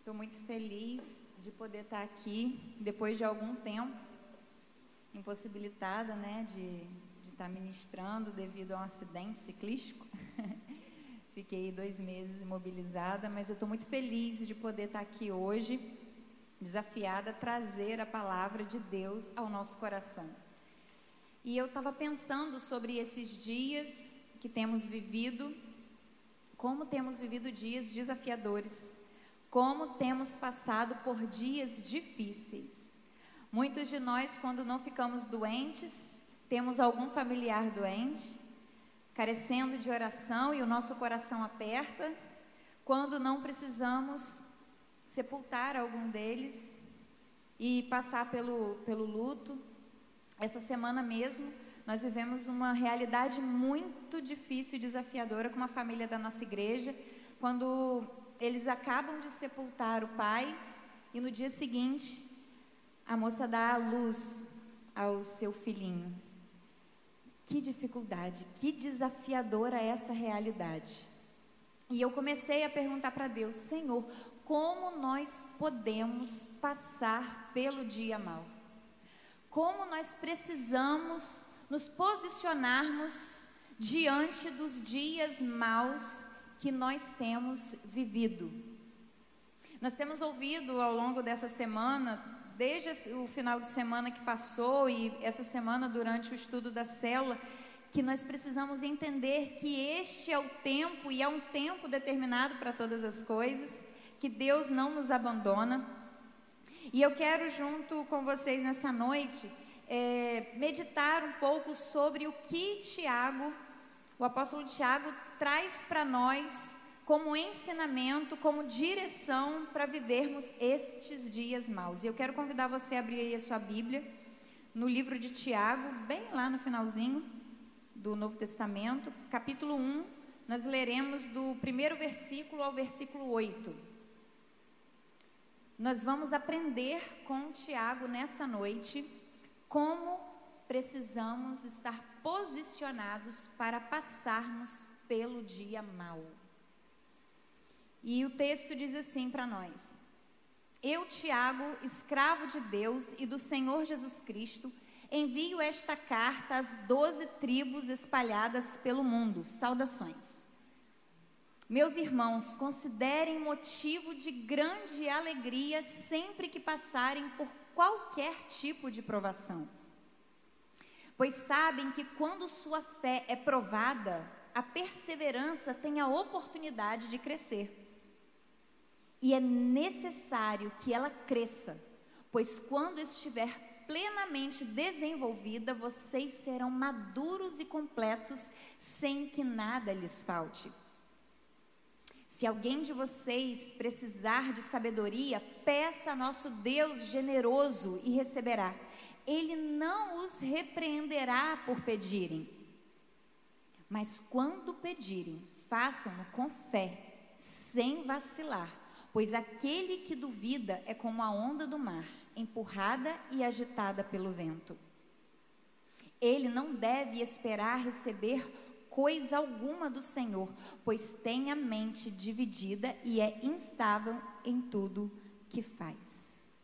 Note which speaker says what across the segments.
Speaker 1: Estou muito feliz de poder estar aqui depois de algum tempo, impossibilitada, né, de estar ministrando devido a um acidente ciclístico. Fiquei 2 meses imobilizada, mas eu estou muito feliz de poder estar aqui hoje, desafiada a trazer a palavra de Deus ao nosso coração. E eu estava pensando sobre esses dias que temos vivido, como temos vivido dias desafiadores, como temos passado por dias difíceis. Muitos de nós, quando não ficamos doentes, temos algum familiar doente, carecendo de oração e o nosso coração aperta. Quando não precisamos sepultar algum deles e passar pelo luto. Essa semana mesmo, nós vivemos uma realidade muito difícil e desafiadora com uma família da nossa igreja, quando eles acabam de sepultar o pai e no dia seguinte a moça dá à luz ao seu filhinho. Que dificuldade, que desafiadora essa realidade. E eu comecei a perguntar para Deus: Senhor, como nós podemos passar pelo dia mau? Como nós precisamos nos posicionarmos diante dos dias maus que nós temos vivido? Nós temos ouvido ao longo dessa semana, desde o final de semana que passou e essa semana durante o estudo da célula, que nós precisamos entender que este é o tempo e é um tempo determinado para todas as coisas, que Deus não nos abandona. E eu quero, junto com vocês nessa noite, meditar um pouco sobre o que o apóstolo Tiago, traz para nós como ensinamento, como direção para vivermos estes dias maus. E eu quero convidar você a abrir aí a sua Bíblia, no livro de Tiago, bem lá no finalzinho do Novo Testamento, capítulo 1, nós leremos do primeiro versículo ao versículo 8. Nós vamos aprender com Tiago nessa noite como precisamos estar posicionados para passarmos pelo dia mau. E o texto diz assim para nós: Eu, Tiago, escravo de Deus e do Senhor Jesus Cristo, envio esta carta às 12 tribos espalhadas pelo mundo. Saudações. Meus irmãos, considerem motivo de grande alegria sempre que passarem por qualquer tipo de provação, pois sabem que quando sua fé é provada, a perseverança tem a oportunidade de crescer. E é necessário que ela cresça, pois quando estiver plenamente desenvolvida, vocês serão maduros e completos, sem que nada lhes falte. Se alguém de vocês precisar de sabedoria, peça a nosso Deus generoso e receberá. Ele não os repreenderá por pedirem. Mas quando pedirem, façam-no com fé, sem vacilar, pois aquele que duvida é como a onda do mar, empurrada e agitada pelo vento. Ele não deve esperar receber coisa alguma do Senhor, pois tem a mente dividida e é instável em tudo que faz.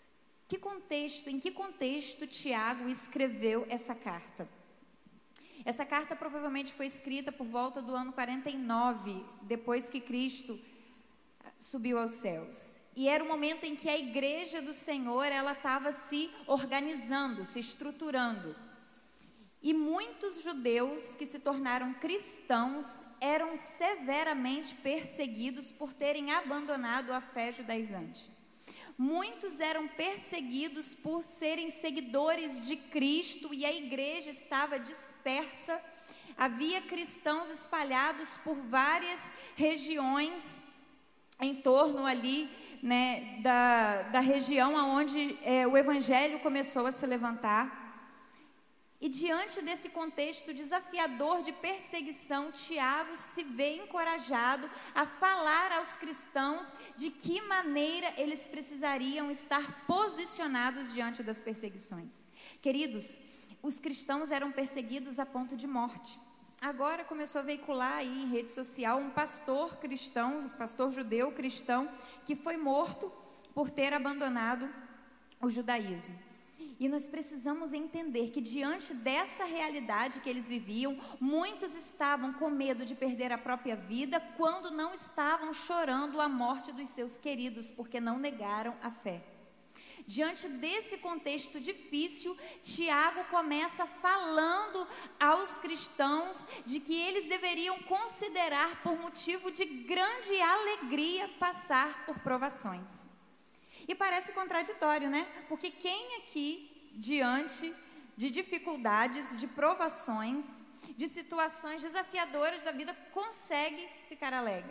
Speaker 1: Em que contexto Tiago escreveu essa carta? Essa carta provavelmente foi escrita por volta do ano 49, depois que Cristo subiu aos céus. E era o momento em que a igreja do Senhor, ela estava se organizando, se estruturando. E muitos judeus que se tornaram cristãos eram severamente perseguidos por terem abandonado a fé judaizante. Muitos eram perseguidos por serem seguidores de Cristo e a igreja estava dispersa. Havia cristãos espalhados por várias regiões em torno ali, né, da região onde o evangelho começou a se levantar. E diante desse contexto desafiador de perseguição, Tiago se vê encorajado a falar aos cristãos de que maneira eles precisariam estar posicionados diante das perseguições. Queridos, os cristãos eram perseguidos a ponto de morte. agora começou a veicular aí em rede social um pastor cristão, um pastor judeu cristão, que foi morto por ter abandonado o judaísmo. E nós precisamos entender que diante dessa realidade que eles viviam, muitos estavam com medo de perder a própria vida, quando não estavam chorando a morte dos seus queridos, porque não negaram a fé. Diante desse contexto difícil, Tiago começa falando aos cristãos de que eles deveriam considerar por motivo de grande alegria passar por provações. E parece contraditório, né? Porque quem aqui, diante de dificuldades, de provações, de situações desafiadoras da vida, consegue ficar alegre?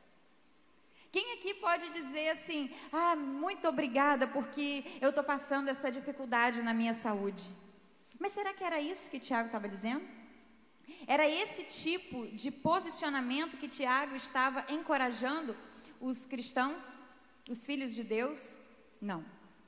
Speaker 1: Quem aqui pode dizer assim, muito obrigada porque eu estou passando essa dificuldade na minha saúde? Mas será que era isso que Tiago estava dizendo? Era esse tipo de posicionamento que Tiago estava encorajando os cristãos, os filhos de Deus? Não.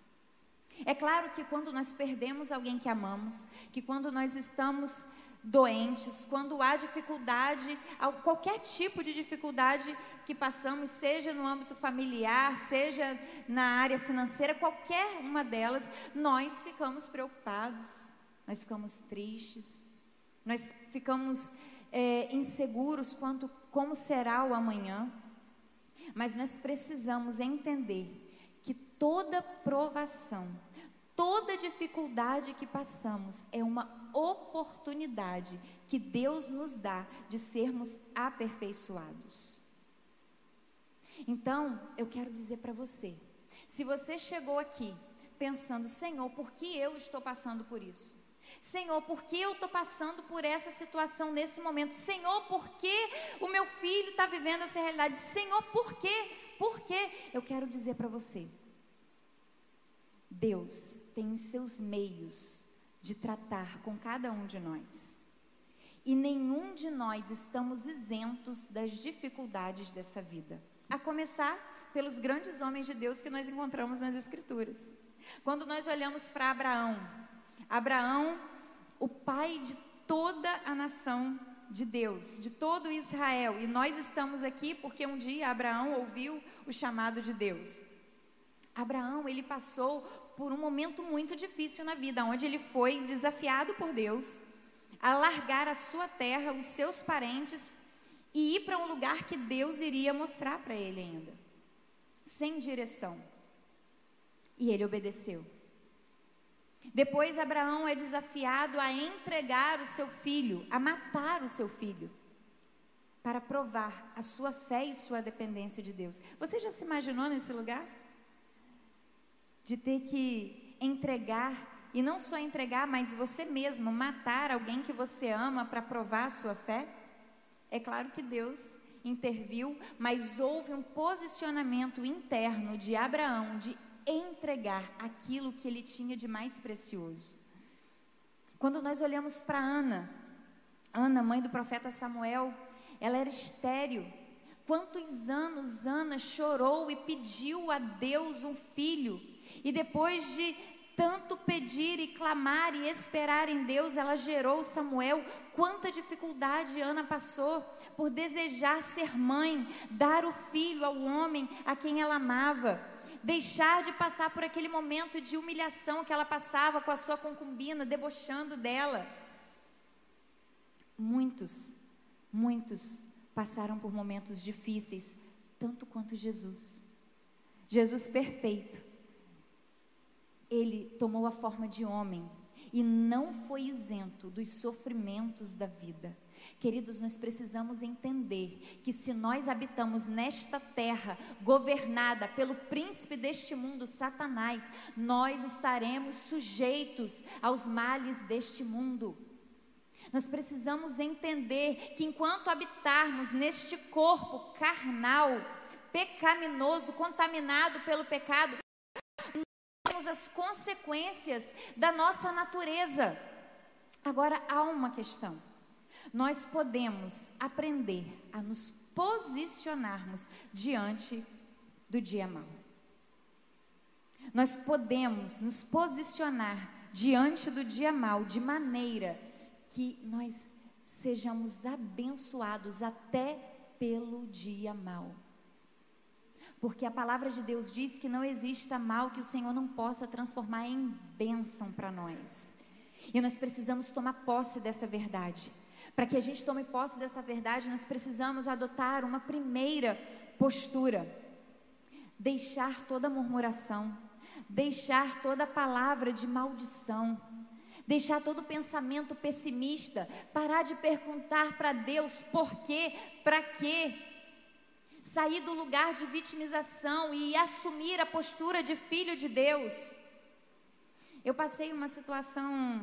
Speaker 1: É claro que quando nós perdemos alguém que amamos, que quando nós estamos doentes, quando há dificuldade, qualquer tipo de dificuldade que passamos, seja no âmbito familiar, seja na área financeira, qualquer uma delas, nós ficamos preocupados, nós ficamos tristes, nós ficamos inseguros quanto como será o amanhã. Mas nós precisamos entender que toda provação, toda dificuldade que passamos é uma oportunidade que Deus nos dá de sermos aperfeiçoados. Então, eu quero dizer para você, se você chegou aqui pensando, Senhor, por que eu estou passando por isso? Senhor, por que eu estou passando por essa situação nesse momento? Senhor, por que o meu filho está vivendo essa realidade? Senhor, por quê? Por quê? Eu quero dizer para você, Deus tem os seus meios de tratar com cada um de nós. E nenhum de nós estamos isentos das dificuldades dessa vida. A começar pelos grandes homens de Deus que nós encontramos nas Escrituras. Quando nós olhamos para Abraão, o pai de toda a nação de Deus, de todo Israel. E nós estamos aqui porque um dia Abraão ouviu o chamado de Deus. Abraão, ele passou por um momento muito difícil na vida, onde ele foi desafiado por Deus a largar a sua terra, os seus parentes, e ir para um lugar que Deus iria mostrar para ele ainda, sem direção. E ele obedeceu. Depois Abraão é desafiado a entregar o seu filho, a matar o seu filho, para provar a sua fé e sua dependência de Deus. Você já se imaginou nesse lugar? De ter que entregar, e não só entregar, mas você mesmo matar alguém que você ama para provar a sua fé? É claro que Deus interviu, mas houve um posicionamento interno de Abraão de entregar aquilo que ele tinha de mais precioso. Quando nós olhamos para Ana, mãe do profeta Samuel, ela era estéril. Quantos anos Ana chorou e pediu a Deus um filho, e depois de tanto pedir e clamar e esperar em Deus, ela gerou Samuel. Quanta dificuldade Ana passou por desejar ser mãe, dar o filho ao homem a quem ela amava, deixar de passar por aquele momento de humilhação que ela passava com a sua concubina, debochando dela. Muitos passaram por momentos difíceis, tanto quanto Jesus. Jesus perfeito, ele tomou a forma de homem e não foi isento dos sofrimentos da vida. Queridos, nós precisamos entender que se nós habitamos nesta terra governada pelo príncipe deste mundo, Satanás, nós estaremos sujeitos aos males deste mundo. Nós precisamos entender que enquanto habitarmos neste corpo carnal, pecaminoso, contaminado pelo pecado, nós temos as consequências da nossa natureza. Agora há uma questão. Nós podemos aprender a nos posicionarmos diante do dia mau. Nós podemos nos posicionar diante do dia mau de maneira que nós sejamos abençoados até pelo dia mau. Porque a palavra de Deus diz que não exista mal que o Senhor não possa transformar em bênção para nós. E nós precisamos tomar posse dessa verdade. Para que a gente tome posse dessa verdade, nós precisamos adotar uma primeira postura. Deixar toda murmuração, deixar toda palavra de maldição, deixar todo pensamento pessimista, parar de perguntar para Deus por quê, para quê. Sair do lugar de vitimização e assumir a postura de filho de Deus. Eu passei uma situação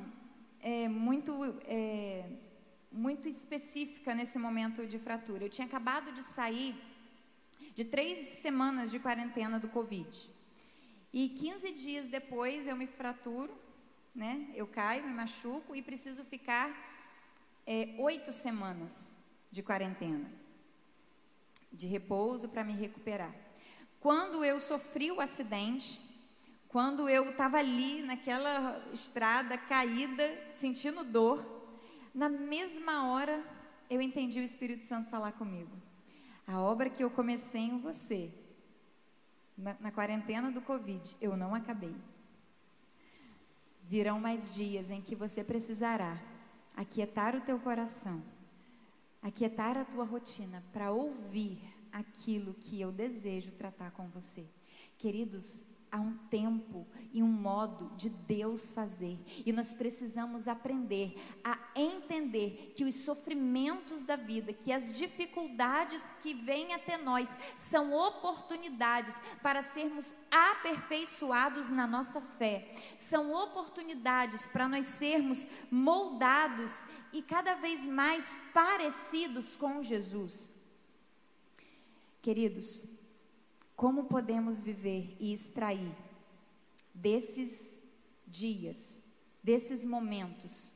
Speaker 1: muito específica nesse momento de fratura. Eu tinha acabado de sair de 3 semanas de quarentena do Covid. E 15 dias depois eu me fraturo, né? Eu caio, me machuco e preciso ficar 8 semanas de quarentena, de repouso para me recuperar. Quando eu sofri o acidente, quando eu estava ali naquela estrada caída, sentindo dor, na mesma hora eu entendi o Espírito Santo falar comigo. A obra que eu comecei em você, na quarentena do Covid, eu não acabei. Virão mais dias em que você precisará aquietar o teu coração, aquietar a tua rotina para ouvir aquilo que eu desejo tratar com você. Queridos, há um tempo e um modo de Deus fazer, e nós precisamos aprender a entender que os sofrimentos da vida, que as dificuldades que vêm até nós são oportunidades para sermos aperfeiçoados na nossa fé, são oportunidades para nós sermos moldados e cada vez mais parecidos com Jesus. Queridos, como podemos viver e extrair desses dias, desses momentos,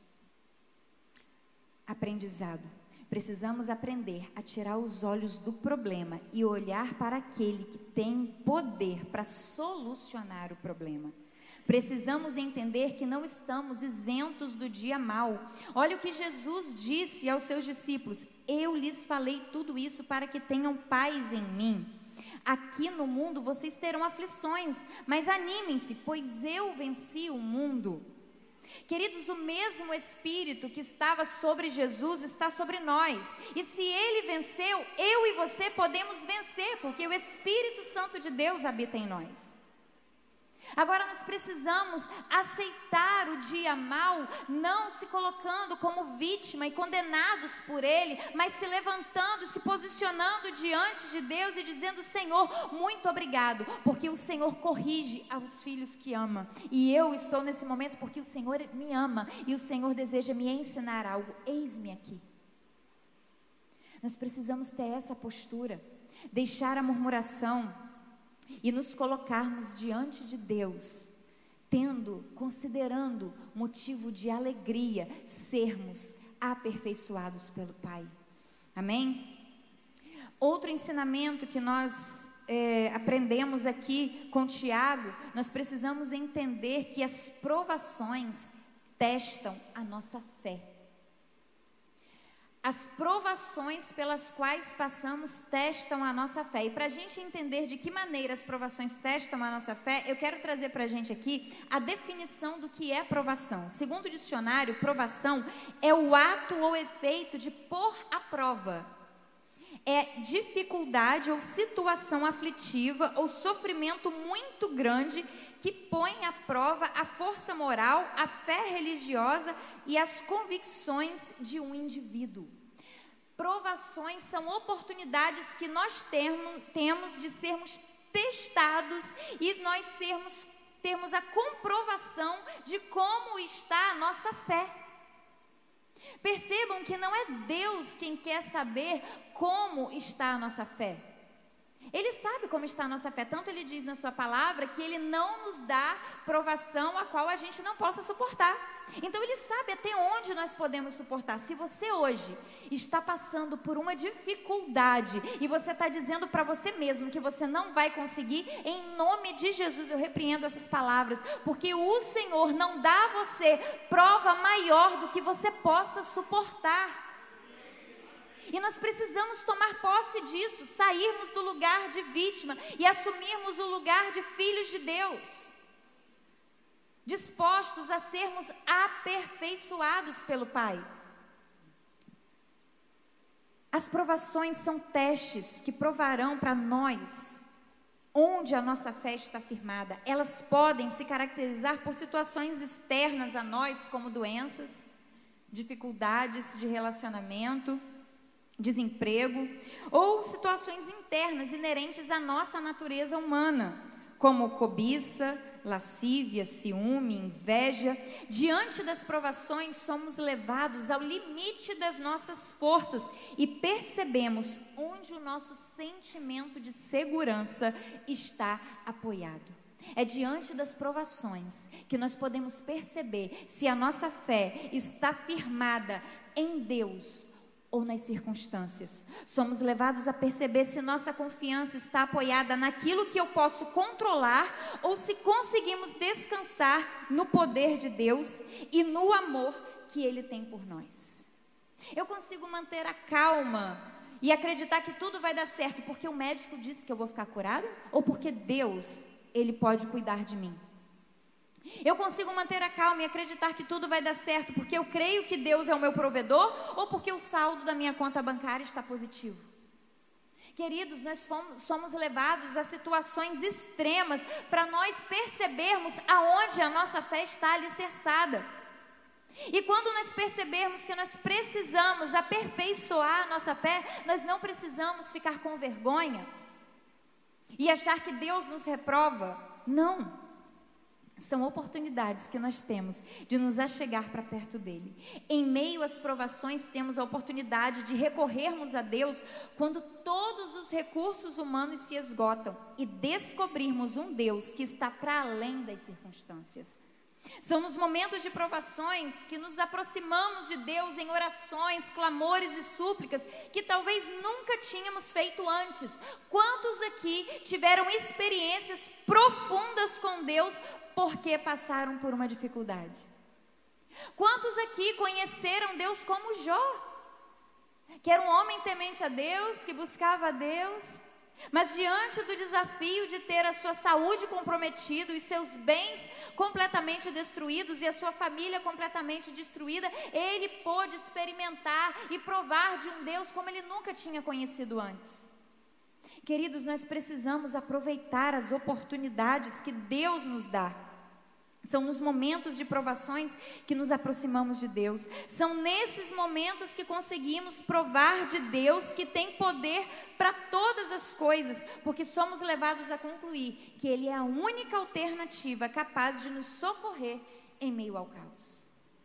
Speaker 1: aprendizado? Precisamos aprender a tirar os olhos do problema e olhar para aquele que tem poder para solucionar o problema. Precisamos entender que não estamos isentos do dia mau. Olha o que Jesus disse aos seus discípulos: eu lhes falei tudo isso para que tenham paz em mim. Aqui no mundo vocês terão aflições, mas animem-se, pois eu venci o mundo. Queridos, o mesmo Espírito que estava sobre Jesus está sobre nós. E se Ele venceu, eu e você podemos vencer, porque o Espírito Santo de Deus habita em nós. Agora nós precisamos aceitar o dia mau, não se colocando como vítima e condenados por ele, mas se levantando, se posicionando diante de Deus e dizendo: Senhor, muito obrigado, porque o Senhor corrige aos filhos que ama. E eu estou nesse momento porque o Senhor me ama e o Senhor deseja me ensinar algo. Eis-me aqui. Nós precisamos ter essa postura, deixar a murmuração e nos colocarmos diante de Deus, considerando motivo de alegria, sermos aperfeiçoados pelo Pai. Amém? Outro ensinamento que nós aprendemos aqui com Tiago, nós precisamos entender que as provações testam a nossa fé. As provações pelas quais passamos testam a nossa fé. E para a gente entender de que maneira as provações testam a nossa fé, eu quero trazer para a gente aqui a definição do que é provação. Segundo o dicionário, provação é o ato ou efeito de pôr à prova. É dificuldade ou situação aflitiva ou sofrimento muito grande que põe à prova a força moral, a fé religiosa e as convicções de um indivíduo. Provações são oportunidades que nós temos de sermos testados e nós termos a comprovação de como está a nossa fé. Percebam que não é Deus quem quer saber como está a nossa fé. Ele sabe como está a nossa fé, tanto ele diz na sua palavra que ele não nos dá provação a qual a gente não possa suportar. Então ele sabe até onde nós podemos suportar. Se você hoje está passando por uma dificuldade e você está dizendo para você mesmo que você não vai conseguir, em nome de Jesus eu repreendo essas palavras, porque o Senhor não dá a você prova maior do que você possa suportar. E nós precisamos tomar posse disso, sairmos do lugar de vítima e assumirmos o lugar de filhos de Deus, dispostos a sermos aperfeiçoados pelo Pai. As provações são testes que provarão para nós onde a nossa fé está firmada. Elas podem se caracterizar por situações externas a nós, como doenças, dificuldades de relacionamento, desemprego, ou situações internas inerentes à nossa natureza humana, como cobiça, lascívia, ciúme, inveja. Diante das provações, somos levados ao limite das nossas forças e percebemos onde o nosso sentimento de segurança está apoiado. É diante das provações que nós podemos perceber se a nossa fé está firmada em Deus ou nas circunstâncias. Somos levados a perceber se nossa confiança está apoiada naquilo que eu posso controlar ou se conseguimos descansar no poder de Deus e no amor que Ele tem por nós. Eu consigo manter a calma e acreditar que tudo vai dar certo porque o médico disse que eu vou ficar curada ou porque Deus, Ele pode cuidar de mim? Eu consigo manter a calma e acreditar que tudo vai dar certo porque eu creio que Deus é o meu provedor ou porque o saldo da minha conta bancária está positivo? Queridos, nós somos levados a situações extremas para nós percebermos aonde a nossa fé está alicerçada. E quando nós percebermos que nós precisamos aperfeiçoar a nossa fé, nós não precisamos ficar com vergonha e achar que Deus nos reprova. Não. São oportunidades que nós temos de nos achegar para perto dEle. Em meio às provações, temos a oportunidade de recorrermos a Deus quando todos os recursos humanos se esgotam e descobrirmos um Deus que está para além das circunstâncias. São nos momentos de provações que nos aproximamos de Deus em orações, clamores e súplicas que talvez nunca tínhamos feito antes. Quantos aqui tiveram experiências profundas com Deus porque passaram por uma dificuldade? Quantos aqui conheceram Deus como Jó, que era um homem temente a Deus, que buscava a Deus, mas diante do desafio de ter a sua saúde comprometida, os seus bens completamente destruídos e a sua família completamente destruída, ele pôde experimentar e provar de um Deus como ele nunca tinha conhecido antes. Queridos, nós precisamos aproveitar as oportunidades que Deus nos dá. São nos momentos de provações que nos aproximamos de Deus. São nesses momentos que conseguimos provar de Deus que tem poder para todas as coisas, porque somos levados a concluir que Ele é a única alternativa capaz de nos socorrer em meio ao caos.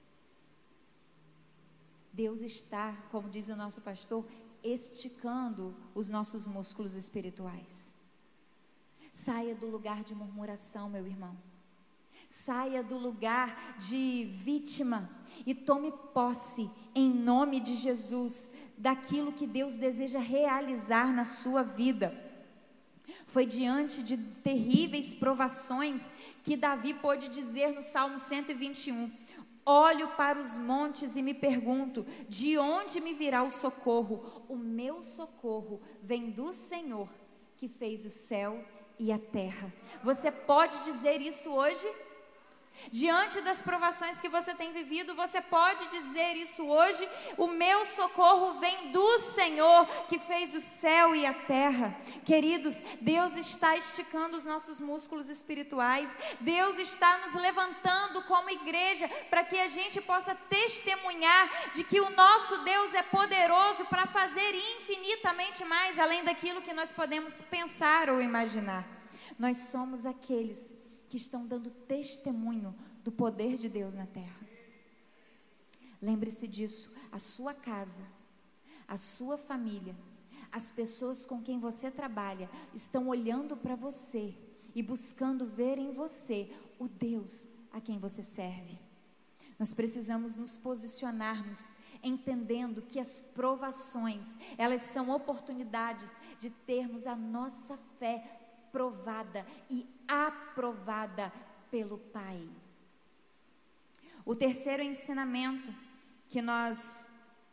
Speaker 1: Deus está, como diz o nosso pastor, esticando os nossos músculos espirituais. Saia do lugar de murmuração, meu irmão. Saia do lugar de vítima e tome posse, em nome de Jesus, daquilo que Deus deseja realizar na sua vida. Foi diante de terríveis provações que Davi pôde dizer no Salmo 121: olho para os montes e me pergunto, de onde me virá o socorro? O meu socorro vem do Senhor, que fez o céu e a terra. Você pode dizer isso hoje? Diante das provações que você tem vivido, você pode dizer isso hoje: o meu socorro vem do Senhor, que fez o céu e a terra. Queridos, Deus está esticando os nossos músculos espirituais. Deus está nos levantando como igreja para que a gente possa testemunhar de que o nosso Deus é poderoso para fazer infinitamente mais além daquilo que nós podemos pensar ou imaginar. Nós somos aqueles que estão dando testemunho do poder de Deus na terra. Lembre-se disso. A sua casa, a sua família, as pessoas com quem você trabalha estão olhando para você e buscando ver em você o Deus a quem você serve. Nós precisamos nos posicionarmos entendendo que as provações, elas são oportunidades de termos a nossa fé provada e aprovada pelo Pai. O terceiro ensinamento que nós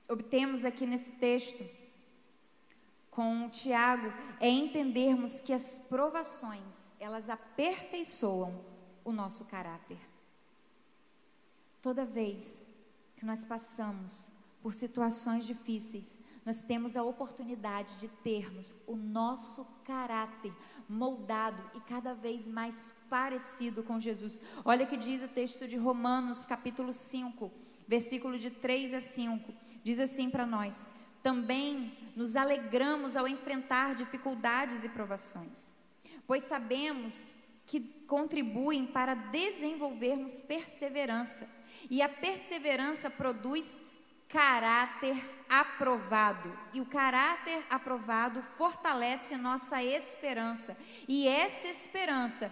Speaker 1: obtemos aqui nesse texto com Tiago é entendermos que as provações, elas aperfeiçoam o nosso caráter. Toda vez que nós passamos por situações difíceis, nós temos a oportunidade de termos o nosso caráter moldado e cada vez mais parecido com Jesus. Olha o que diz o texto de Romanos, capítulo 5, versículo de 3 a 5. Diz assim para nós: também nos alegramos ao enfrentar dificuldades e provações, pois sabemos que contribuem para desenvolvermos perseverança, e a perseverança produz caráter aprovado, e o caráter aprovado fortalece nossa esperança, e essa esperança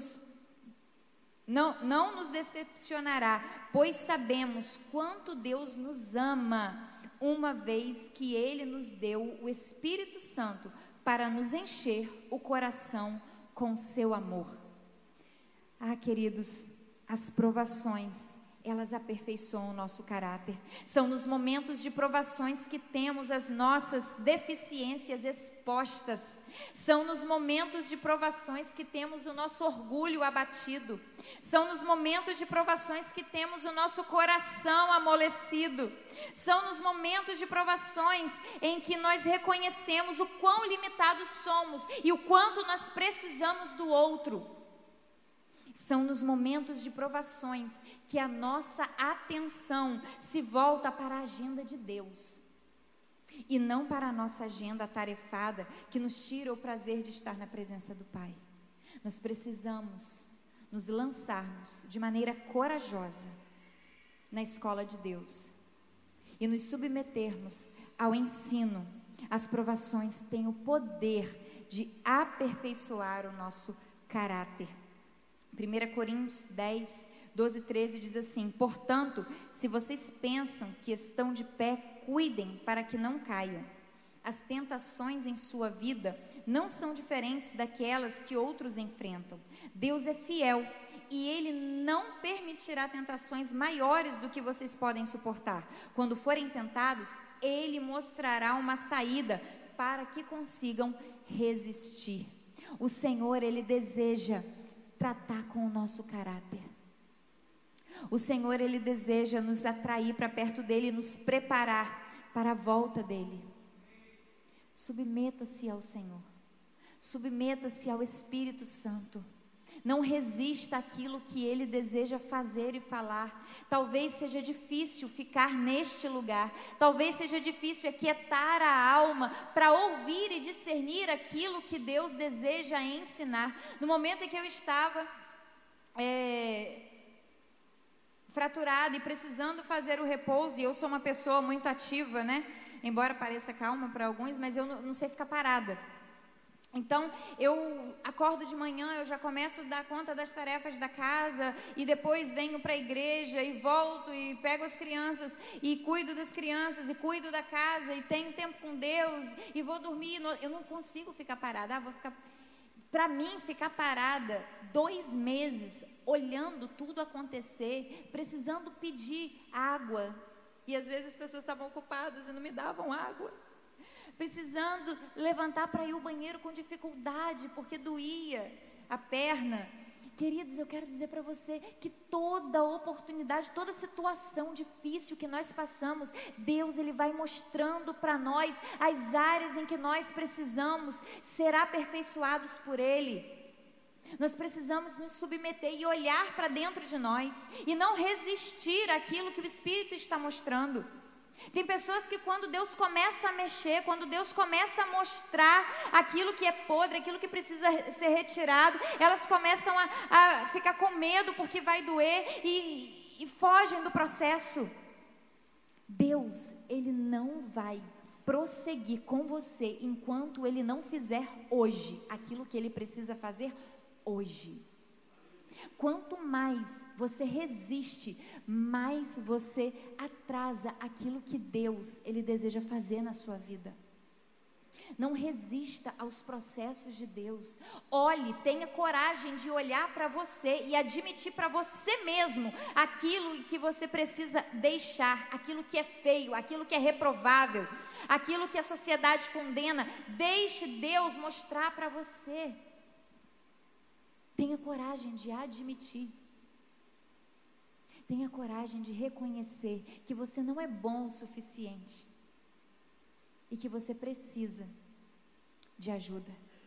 Speaker 1: não nos decepcionará, pois sabemos quanto Deus nos ama, uma vez que Ele nos deu o Espírito Santo para nos encher o coração com seu amor. Ah, queridos, as provações, elas aperfeiçoam o nosso caráter. São nos momentos de provações que temos as nossas deficiências expostas. São nos momentos de provações que temos o nosso orgulho abatido. São nos momentos de provações que temos o nosso coração amolecido. São nos momentos de provações em que nós reconhecemos o quão limitados somos e o quanto nós precisamos do outro. São nos momentos de provações que a nossa atenção se volta para a agenda de Deus e não para a nossa agenda atarefada que nos tira o prazer de estar na presença do Pai. Nós precisamos nos lançarmos de maneira corajosa na escola de Deus e nos submetermos ao ensino. As provações têm o poder de aperfeiçoar o nosso caráter. 1 Coríntios 10, 12 e 13 diz assim: portanto, se vocês pensam que estão de pé, cuidem para que não caiam. As tentações em sua vida não são diferentes daquelas que outros enfrentam. Deus é fiel e Ele não permitirá tentações maiores do que vocês podem suportar. Quando forem tentados, Ele mostrará uma saída para que consigam resistir. O Senhor, Ele deseja tratar com o nosso caráter. O Senhor, Ele deseja nos atrair para perto dEle, nos preparar para a volta dEle. Submeta-se ao Senhor, submeta-se ao Espírito Santo. Não resista àquilo que Ele deseja fazer e falar. Talvez seja difícil ficar neste lugar, talvez seja difícil aquietar a alma para ouvir e discernir aquilo que Deus deseja ensinar. No momento em que eu estava fraturada e precisando fazer o repouso, e eu sou uma pessoa muito ativa, né? Embora pareça calma para alguns, mas eu não sei ficar parada. Então, eu acordo de manhã, eu já começo a dar conta das tarefas da casa, e depois venho para a igreja, e volto, e pego as crianças, e cuido das crianças, e cuido da casa, e tenho tempo com Deus, e vou dormir. Eu não consigo ficar parada. Para mim, ficar parada 2 meses, olhando tudo acontecer, precisando pedir água, e às vezes as pessoas estavam ocupadas e não me davam água. Precisando levantar para ir ao banheiro com dificuldade, porque doía a perna. Queridos, eu quero dizer para você que toda oportunidade, toda situação difícil que nós passamos, Deus, Ele vai mostrando para nós as áreas em que nós precisamos ser aperfeiçoados por Ele. Nós precisamos nos submeter e olhar para dentro de nós e não resistir àquilo que o Espírito está mostrando. Tem pessoas que quando Deus começa a mexer, quando Deus começa a mostrar aquilo que é podre, aquilo que precisa ser retirado, elas começam a ficar com medo porque vai doer e fogem do processo. Deus, Ele não vai prosseguir com você enquanto Ele não fizer hoje aquilo que Ele precisa fazer hoje. Quanto mais você resiste, mais você atrasa aquilo que Deus, Ele deseja fazer na sua vida. Não resista aos processos de Deus. Olhe, tenha coragem de olhar para você e admitir para você mesmo aquilo que você precisa deixar, aquilo que é feio, aquilo que é reprovável, aquilo que a sociedade condena. Deixe Deus mostrar para você. Tenha coragem de admitir. Tenha coragem de reconhecer que você não é bom o suficiente e que você precisa de ajuda.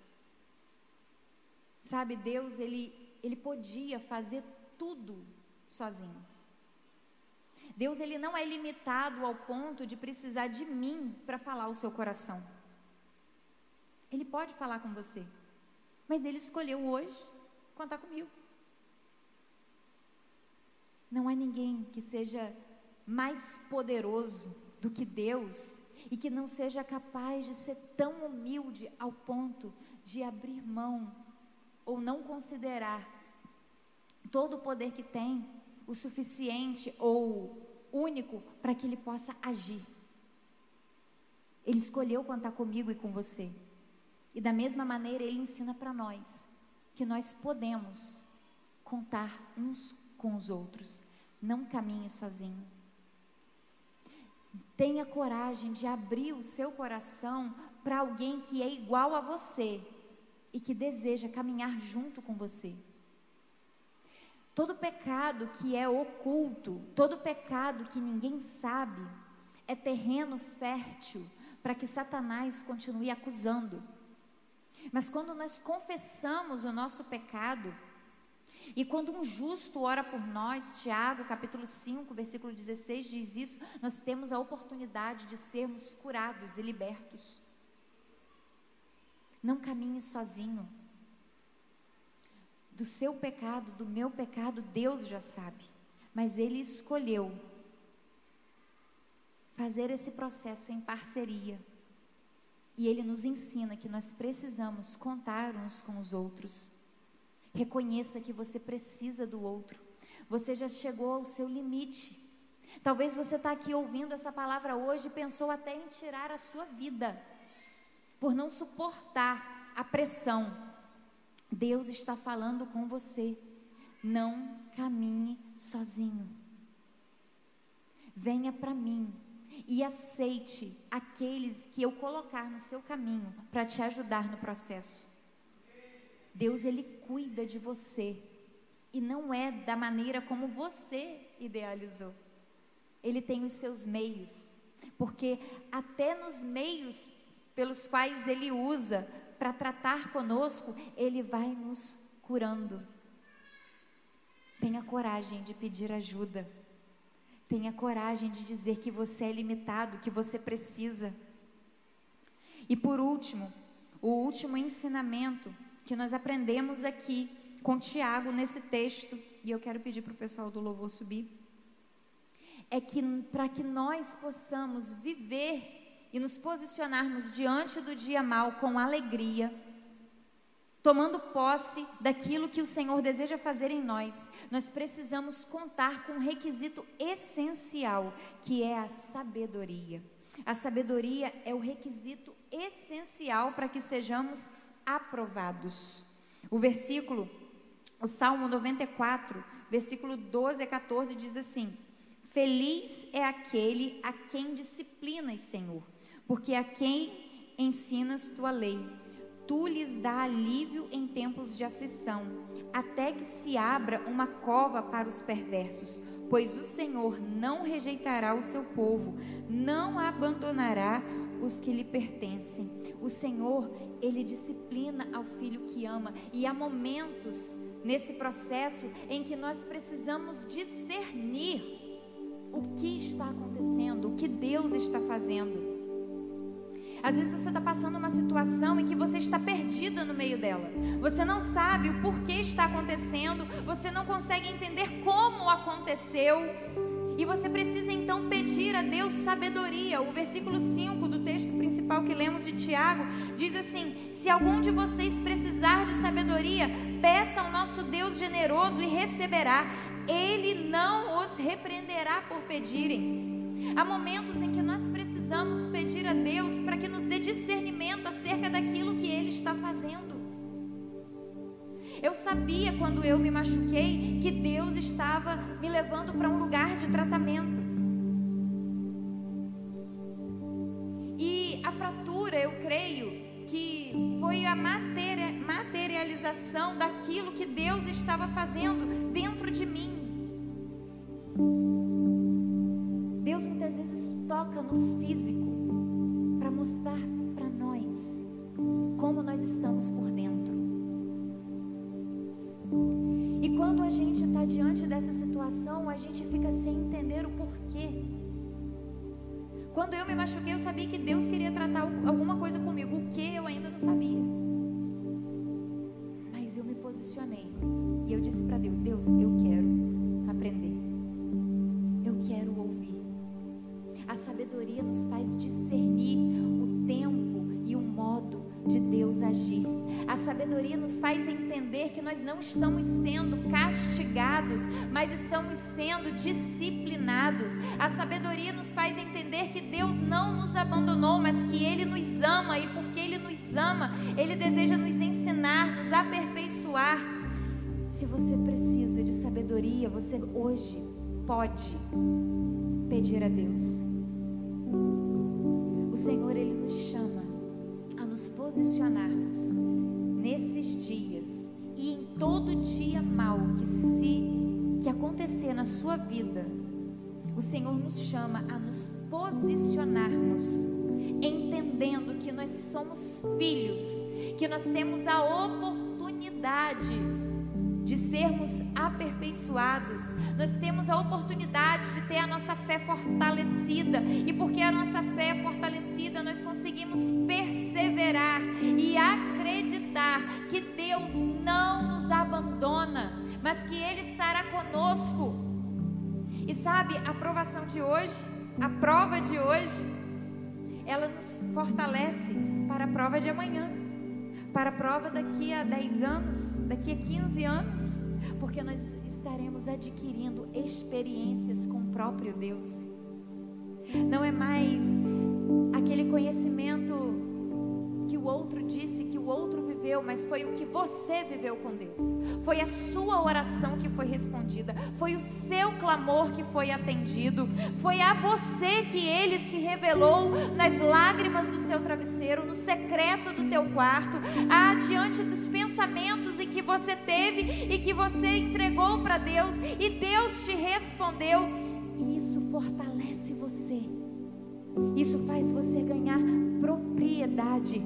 Speaker 1: Sabe, Deus, Ele podia fazer tudo sozinho. Deus, Ele não é limitado ao ponto de precisar de mim para falar o seu coração. Ele pode falar com você, mas Ele escolheu hoje contar comigo. Não há ninguém que seja mais poderoso do que Deus e que não seja capaz de ser tão humilde ao ponto de abrir mão ou não considerar todo o poder que tem, o suficiente ou único para que Ele possa agir. Ele escolheu contar comigo e com você. E da mesma maneira Ele ensina para nós que nós podemos contar uns com os outros. Não caminhe sozinho. Tenha coragem de abrir o seu coração para alguém que é igual a você e que deseja caminhar junto com você. Todo pecado que é oculto, todo pecado que ninguém sabe, é terreno fértil para que Satanás continue acusando. Mas quando nós confessamos o nosso pecado, e quando um justo ora por nós, Tiago capítulo 5, versículo 16 diz isso, nós temos a oportunidade de sermos curados e libertos. Não caminhe sozinho. Do seu pecado, do meu pecado, Deus já sabe, mas Ele escolheu fazer esse processo em parceria, e Ele nos ensina que nós precisamos contar uns com os outros. Reconheça que você precisa do outro. Você já chegou ao seu limite. Talvez você está aqui ouvindo essa palavra hoje e pensou até em tirar a sua vida, por não suportar a pressão. Deus está falando com você. Não caminhe sozinho. Venha para mim e aceite aqueles que eu colocar no seu caminho para te ajudar no processo. Deus, Ele cuida de você e não é da maneira como você idealizou. Ele tem os seus meios, porque até nos meios pelos quais Ele usa para tratar conosco, Ele vai nos curando. Tenha coragem de pedir ajuda. Tenha coragem de dizer que você é limitado, que você precisa. E por último, o último ensinamento que nós aprendemos aqui com Tiago nesse texto, e eu quero pedir para o pessoal do louvor subir, é que para que nós possamos viver e nos posicionarmos diante do dia mau com alegria, tomando posse daquilo que o Senhor deseja fazer em nós, nós precisamos contar com um requisito essencial, que é a sabedoria. A sabedoria é o requisito essencial para que sejamos aprovados. O Salmo 94, versículo 12 a 14 diz assim: feliz é aquele a quem disciplinas, Senhor, porque a quem ensinas tua lei. Tu lhes dá alívio em tempos de aflição, até que se abra uma cova para os perversos, pois o Senhor não rejeitará o seu povo, não abandonará os que lhe pertencem. O Senhor, Ele disciplina ao filho que ama, e há momentos nesse processo em que nós precisamos discernir o que está acontecendo, o que Deus está fazendo. Às vezes você está passando uma situação em que você está perdida no meio dela. Você não sabe o porquê está acontecendo, você não consegue entender como aconteceu. E você precisa então pedir a Deus sabedoria. O versículo 5 do texto principal que lemos de Tiago diz assim: se algum de vocês precisar de sabedoria, peça ao nosso Deus generoso e receberá. Ele não os repreenderá por pedirem. Há momentos em que nós precisamos pedir a Deus para que nos dê discernimento acerca daquilo que Ele está fazendo. Eu sabia, quando eu me machuquei, que Deus estava me levando para um lugar de tratamento. E a fratura, eu creio que foi a materialização daquilo que Deus estava fazendo dentro de mim. Deus muitas vezes toca no físico para mostrar para nós como nós estamos por dentro. E quando a gente está diante dessa situação, a gente fica sem entender o porquê. Quando eu me machuquei, eu sabia que Deus queria tratar alguma coisa comigo. O que eu ainda não sabia. Mas eu me posicionei e eu disse para Deus: Deus, eu quero aprender. Eu quero ouvir. A sabedoria nos faz discernir o tempo e o modo de Deus agir. A sabedoria nos faz entender que nós não estamos sendo castigados, mas estamos sendo disciplinados. A sabedoria nos faz entender que Deus não nos abandonou, mas que Ele nos ama, e porque Ele nos ama, Ele deseja nos ensinar, nos aperfeiçoar. Se você precisa de sabedoria, você hoje pode pedir a Deus. O Senhor, Ele nos chama a nos posicionarmos nesses dias e em todo dia mau que acontecer na sua vida. O Senhor nos chama a nos posicionarmos, entendendo que nós somos filhos, que nós temos a oportunidade de sermos aperfeiçoados. Nós temos a oportunidade de ter a nossa fé fortalecida, e porque a nossa fé é fortalecida, nós conseguimos perseverar e acreditar que Deus não nos abandona, mas que Ele estará conosco. E sabe, a provação de hoje, a prova de hoje, ela nos fortalece para a prova de amanhã, para a prova daqui a 10 anos, daqui a 15 anos, porque nós estaremos adquirindo experiências com o próprio Deus. Não é mais aquele conhecimento que o outro disse, que o outro viveu, mas foi o que você viveu com Deus. Foi a sua oração que foi respondida, foi o seu clamor que foi atendido, foi a você que Ele se revelou nas lágrimas do seu travesseiro, no secreto do teu quarto, diante dos pensamentos em que você teve e que você entregou para Deus, e Deus te respondeu. E isso fortalece você, isso faz você ganhar propriedade,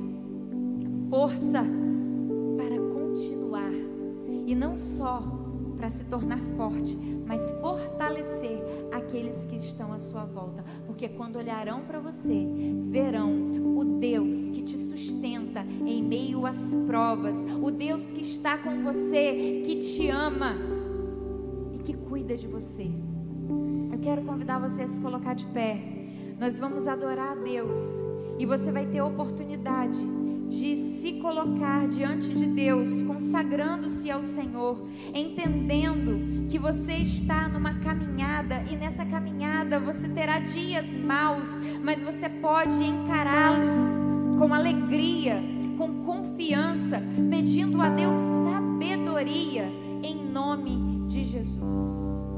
Speaker 1: força para continuar, e não só para se tornar forte, mas fortalecer aqueles que estão à sua volta, porque quando olharão para você, verão o Deus que te sustenta em meio às provas, o Deus que está com você, que te ama e que cuida de você. Eu quero convidar você a se colocar de pé. Nós vamos adorar a Deus, e você vai ter a oportunidade de se colocar diante de Deus, consagrando-se ao Senhor, entendendo que você está numa caminhada, e nessa caminhada você terá dias maus, mas você pode encará-los com alegria, com confiança, pedindo a Deus sabedoria, em nome de Jesus.